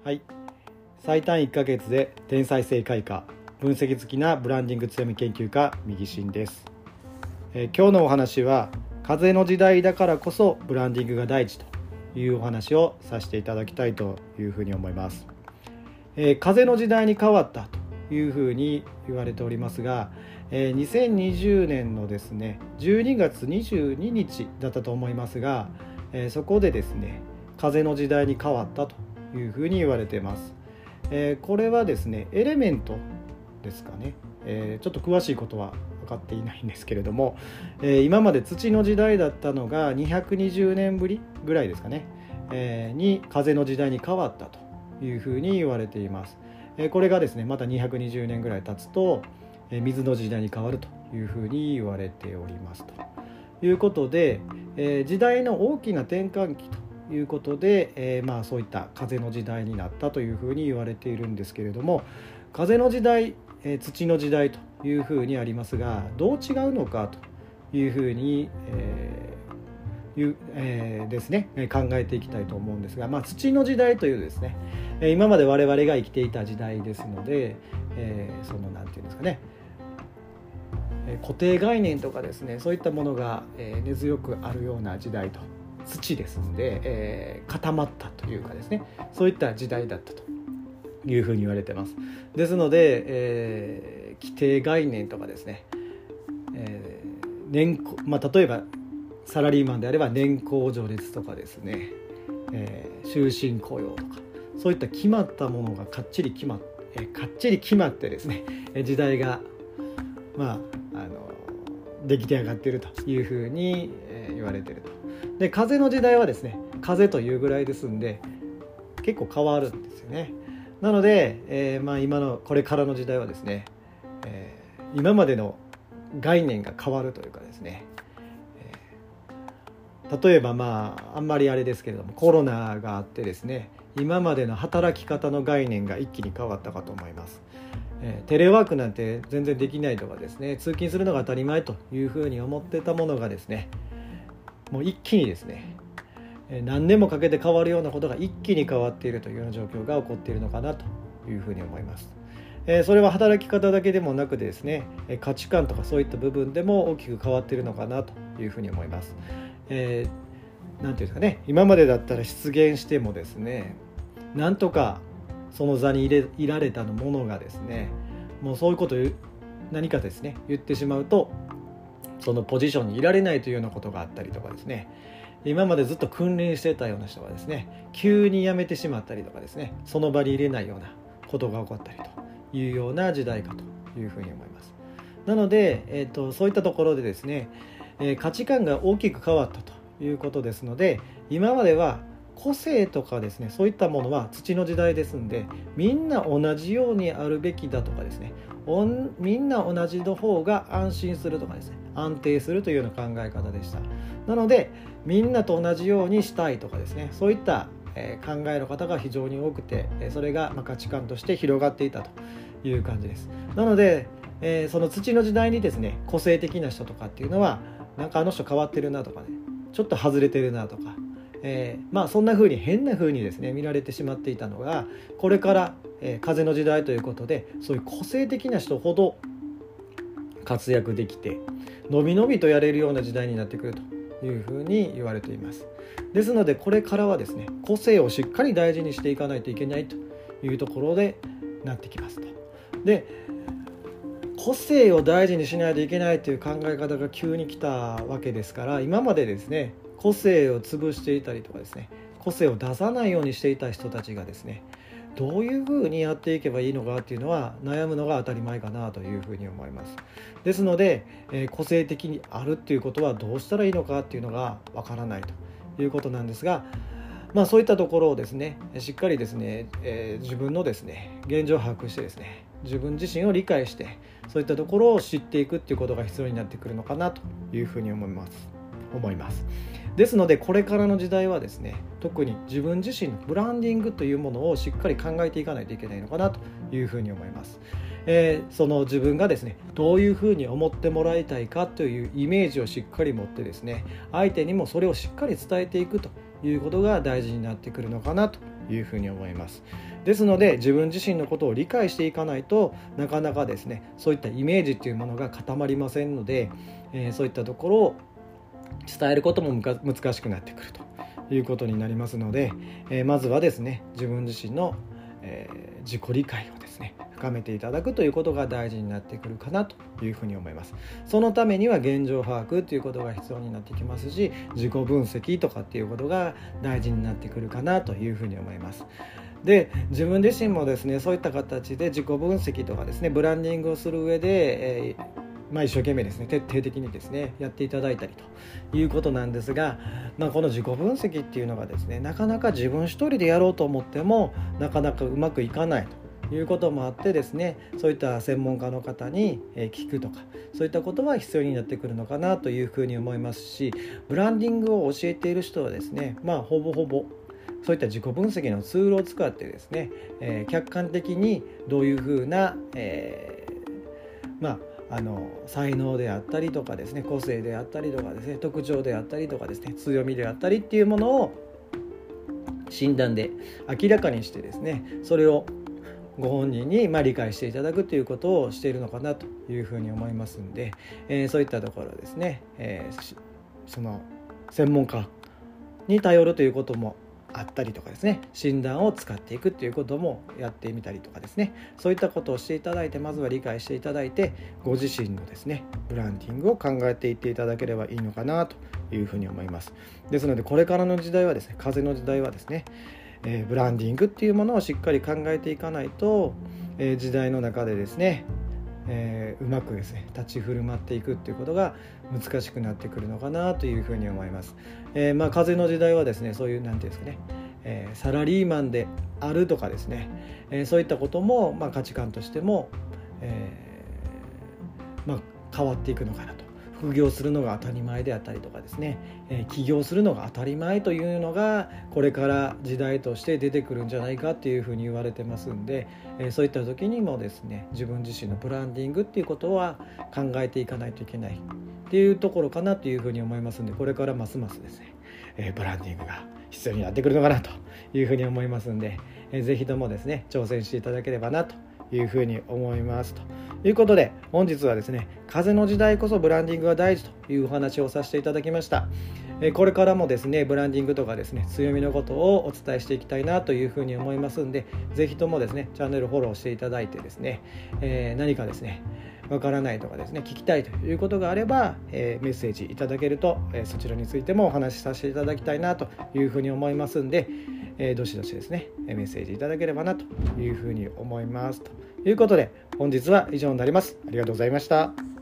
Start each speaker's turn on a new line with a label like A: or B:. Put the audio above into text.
A: はい、最短1ヶ月で天才正開花、分析好きなブランディング強み研究家右進です。今日のお話は風の時代だからこそブランディングが大事というお話をさせていただきたいというふうに思います。風の時代に変わったというふうに言われておりますが、2020年のですね12月22日だったと思いますが、そこでですね風の時代に変わったというふうに言われています。これはですねエレメントですかね、ちょっと詳しいことは分かっていないんですけれども、今まで土の時代だったのが220年ぶりぐらいですかね、に風の時代に変わったというふうに言われています。これがですねまた220年ぐらい経つと水の時代に変わるというふうに言われておりますということで、時代の大きな転換期ということで、そういった風の時代になったというふうに言われているんですけれども、風の時代、土の時代というふうにありますが、どう違うのかというふうに、ですね考えていきたいと思うんですが、土の時代というですね今まで我々が生きていた時代ですので、そのなんていうんですかね、固定概念とかですねそういったものが根強くあるような時代と、土ですので、固まったというかですねそういった時代だったというふうに言われてます。ですので、規定概念とかですね、例えばサラリーマンであれば年功序列とかですね、終身雇用とかそういった決まったものがかっちり決まってですね時代が出来上がっているというふうに言われていると。で風の時代はですね風というぐらいですんで結構変わるんですよね。なので、今のこれからの時代はですね、今までの概念が変わるというかですね、例えばあんまりあれですけれどもコロナがあってですね今までの働き方の概念が一気に変わったかと思います。テレワークなんて全然できないとかですね、通勤するのが当たり前というふうに思ってたものがですねもう一気にですね何年もかけて変わるようなことが一気に変わっているというような状況が起こっているのかなというふうに思います。それは働き方だけでもなくですね価値観とかそういった部分でも大きく変わっているのかなというふうに思います。なんていうんですかね、今までだったら出現してもですねなんとかその座にいられたものがですねもうそういうことを何かですね言ってしまうとそのポジションにいられないというようなことがあったりとかですね、今までずっと訓練してたような人がですね急に辞めてしまったりとかですねその場に入れないようなことが起こったりというような時代かというふうに思います。なので、そういったところでですね、価値観が大きく変わったということですので、今までは個性とかですねそういったものは土の時代ですんでみんな同じようにあるべきだとかですねみんな同じの方が安心するとかですね安定するというような考え方でした。なのでみんなと同じようにしたいとかですねそういった考えの方が非常に多くて、それが価値観として広がっていたという感じです。なので、その土の時代にですね個性的な人とかっていうのはなんかあの人変わってるなとかねちょっと外れてるなとか、そんな風に変な風にですね見られてしまっていたのが、これから、風の時代ということでそういう個性的な人ほど活躍できてのびのびとやれるような時代になってくるというふうに言われています。ですのでこれからはですね個性をしっかり大事にしていかないといけないというところでなってきますと。で個性を大事にしないといけないという考え方が急に来たわけですから、今までですね個性を潰していたりとかですね個性を出さないようにしていた人たちがですねどういうふうにやっていけばいいのかっていうのは悩むのが当たり前かなというふうに思います。ですので、個性的にあるっていうことはどうしたらいいのかっていうのがわからないということなんですが、そういったところをですねしっかりですね、自分のですね現状を把握してですね自分自身を理解してそういったところを知っていくっていうことが必要になってくるのかなというふうに思います。ですのでこれからの時代はですね特に自分自身のブランディングというものをしっかり考えていかないといけないのかなというふうに思います。その自分がですねどういうふうに思ってもらいたいかというイメージをしっかり持ってですね相手にもそれをしっかり伝えていくということが大事になってくるのかなというふうに思います。ですので自分自身のことを理解していかないとなかなかですねそういったイメージというものが固まりませんので、そういったところを伝えることも難しくなってくるということになりますので、まずはですね自分自身の、自己理解をですね深めていただくということが大事になってくるかなというふうに思います。そのためには現状把握ということが必要になってきますし、自己分析とかっていうことが大事になってくるかなというふうに思います。で自分自身もですねそういった形で自己分析とかですねブランディングをする上で、一生懸命ですね徹底的にですねやっていただいたりということなんですが、この自己分析っていうのがですねなかなか自分一人でやろうと思ってもなかなかうまくいかないということもあってですね、そういった専門家の方に聞くとかそういったことは必要になってくるのかなというふうに思いますし、ブランディングを教えている人はですねほぼそういった自己分析のツールを使ってですね、客観的にどういうふうな、才能であったりとかですね個性であったりとかですね特徴であったりとかですね強みであったりっていうものを診断で明らかにしてですねそれをご本人に理解していただくということをしているのかなというふうに思いますので、そういったところですね、その専門家に頼るということもあったりとかですね診断を使っていくということもやってみたりとかですねそういったことをしていただいてまずは理解していただいてご自身のですねブランディングを考えていっていただければいいのかなというふうに思います。ですのでこれからの時代はですね風の時代はですねブランディングっていうものをしっかり考えていかないと、時代の中でですね、うまくですね立ち振る舞っていくっていうことが難しくなってくるのかなというふうに思います。風の時代はですねそういうなんていうんですかね、サラリーマンであるとかですね、そういったことも、価値観としても、変わっていくのかなと。副業するのが当たり前であったりとかですね、起業するのが当たり前というのがこれから時代として出てくるんじゃないかっていうふうに言われてますんで、そういった時にもですね自分自身のブランディングっていうことは考えていかないといけないっていうところかなというふうに思いますんで、これからますますですね、ブランディングが必要になってくるのかなというふうに思いますんで、ぜひともですね挑戦していただければなというふうに思いますということで、本日はですね風の時代こそブランディングが大事というお話をさせていただきました。これからもですねブランディングとかですね強みのことをお伝えしていきたいなというふうに思いますんで、ぜひともですねチャンネルフォローしていただいてですね、何かですねわからないとかですね聞きたいということがあれば、メッセージいただけると、そちらについてもお話しさせていただきたいなというふうに思いますんで、どしどしですねメッセージいただければなというふうに思いますということで、本日は以上になります。ありがとうございました。